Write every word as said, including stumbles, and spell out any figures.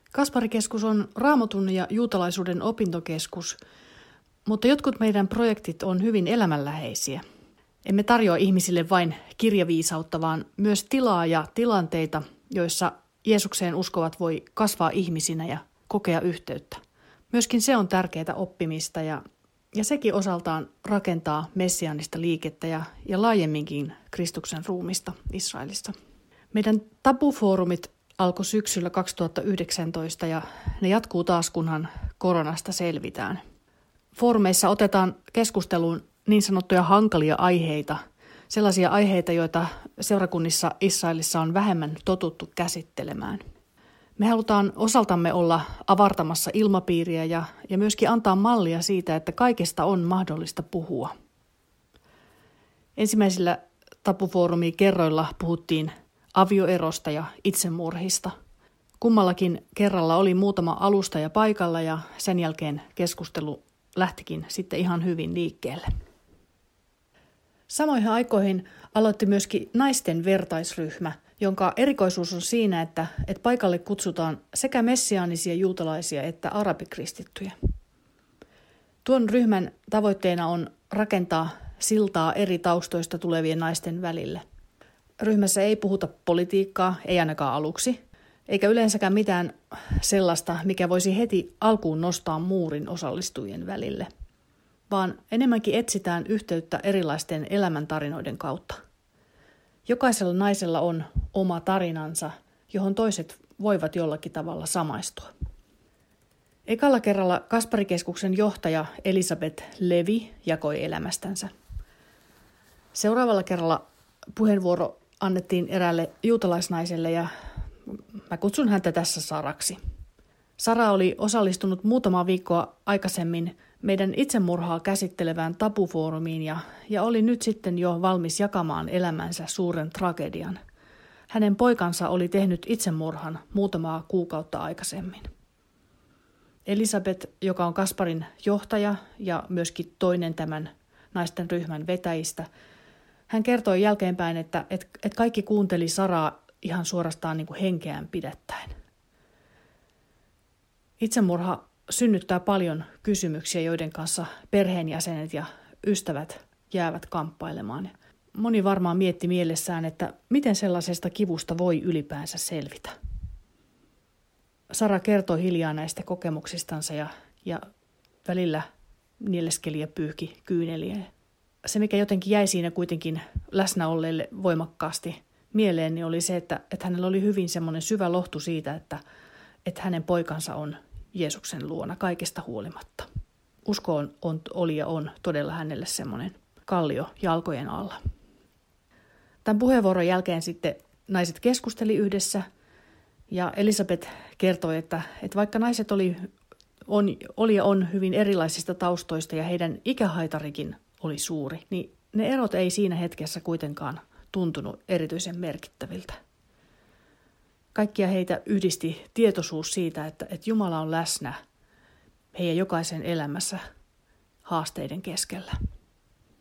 Kasparikeskus on Raamatun ja juutalaisuuden opintokeskus, mutta jotkut meidän projektit on hyvin elämänläheisiä. Emme tarjoa ihmisille vain kirjaviisautta, vaan myös tilaa ja tilanteita, joissa Jeesukseen uskovat voi kasvaa ihmisinä ja kokea yhteyttä. Myöskin se on tärkeää oppimista ja, ja sekin osaltaan rakentaa messiaanista liikettä ja, ja laajemminkin Kristuksen ruumista Israelissa. Meidän tabufoorumit alkoi syksyllä kaksituhattayhdeksäntoista ja ne jatkuu taas, kunhan koronasta selvitään. Foorumeissa otetaan keskusteluun niin sanottuja hankalia aiheita, sellaisia aiheita, joita seurakunnissa Israelissa on vähemmän totuttu käsittelemään. Me halutaan osaltamme olla avartamassa ilmapiiriä ja, ja myöskin antaa mallia siitä, että kaikesta on mahdollista puhua. Ensimmäisillä tabufoorumi kerroilla puhuttiin avioerosta ja itsemurhista. Kummallakin kerralla oli muutama alustaja paikalla ja sen jälkeen keskustelu lähtikin sitten ihan hyvin liikkeelle. Samoihin aikoihin aloitti myöskin naisten vertaisryhmä, jonka erikoisuus on siinä, että, että paikalle kutsutaan sekä messiaanisia juutalaisia että arabikristittyjä. Tuon ryhmän tavoitteena on rakentaa siltaa eri taustoista tulevien naisten välille. Ryhmässä ei puhuta politiikkaa, ei ainakaan aluksi, eikä yleensäkään mitään sellaista, mikä voisi heti alkuun nostaa muurin osallistujien välille, vaan enemmänkin etsitään yhteyttä erilaisten elämäntarinoiden kautta. Jokaisella naisella on oma tarinansa, johon toiset voivat jollakin tavalla samaistua. Ekalla kerralla Kasparikeskuksen johtaja Elisabeth Levi jakoi elämästänsä. Seuraavalla kerralla puheenvuoro annettiin eräälle juutalaisnaiselle ja mä kutsun häntä tässä Saraksi. Sara oli osallistunut muutama viikkoa aikaisemmin meidän itsemurhaa käsittelevään tabufoorumiin ja, ja oli nyt sitten jo valmis jakamaan elämänsä suuren tragedian. Hänen poikansa oli tehnyt itsemurhan muutamaa kuukautta aikaisemmin. Elisabeth, joka on Kasparin johtaja ja myöskin toinen tämän naisten ryhmän vetäjistä, hän kertoi jälkeenpäin, että, että, että kaikki kuunteli Saraa ihan suorastaan niin kuin henkeään pidättäen. Itsemurha synnyttää paljon kysymyksiä, joiden kanssa perheenjäsenet ja ystävät jäävät kamppailemaan. Moni varmaan mietti mielessään, että miten sellaisesta kivusta voi ylipäänsä selvitä. Sara kertoi hiljaa näistä kokemuksistansa ja, ja välillä nieleskeli ja pyyhki kyyneliä. Se, mikä jotenkin jäi siinä kuitenkin läsnä olleille voimakkaasti mieleen, niin oli se, että, että hänellä oli hyvin semmoinen syvä lohtu siitä, että, että hänen poikansa on Jeesuksen luona kaikesta huolimatta. Usko on, on, oli ja on todella hänelle semmoinen kallio jalkojen alla. Tämän puheenvuoron jälkeen sitten naiset keskusteli yhdessä ja Elisabeth kertoi, että, että vaikka naiset oli, on, oli ja on hyvin erilaisista taustoista ja heidän ikähaitarikin oli suuri, niin ne erot ei siinä hetkessä kuitenkaan tuntunut erityisen merkittäviltä. Kaikkia heitä yhdisti tietoisuus siitä, että, että Jumala on läsnä heidän jokaisen elämässä haasteiden keskellä.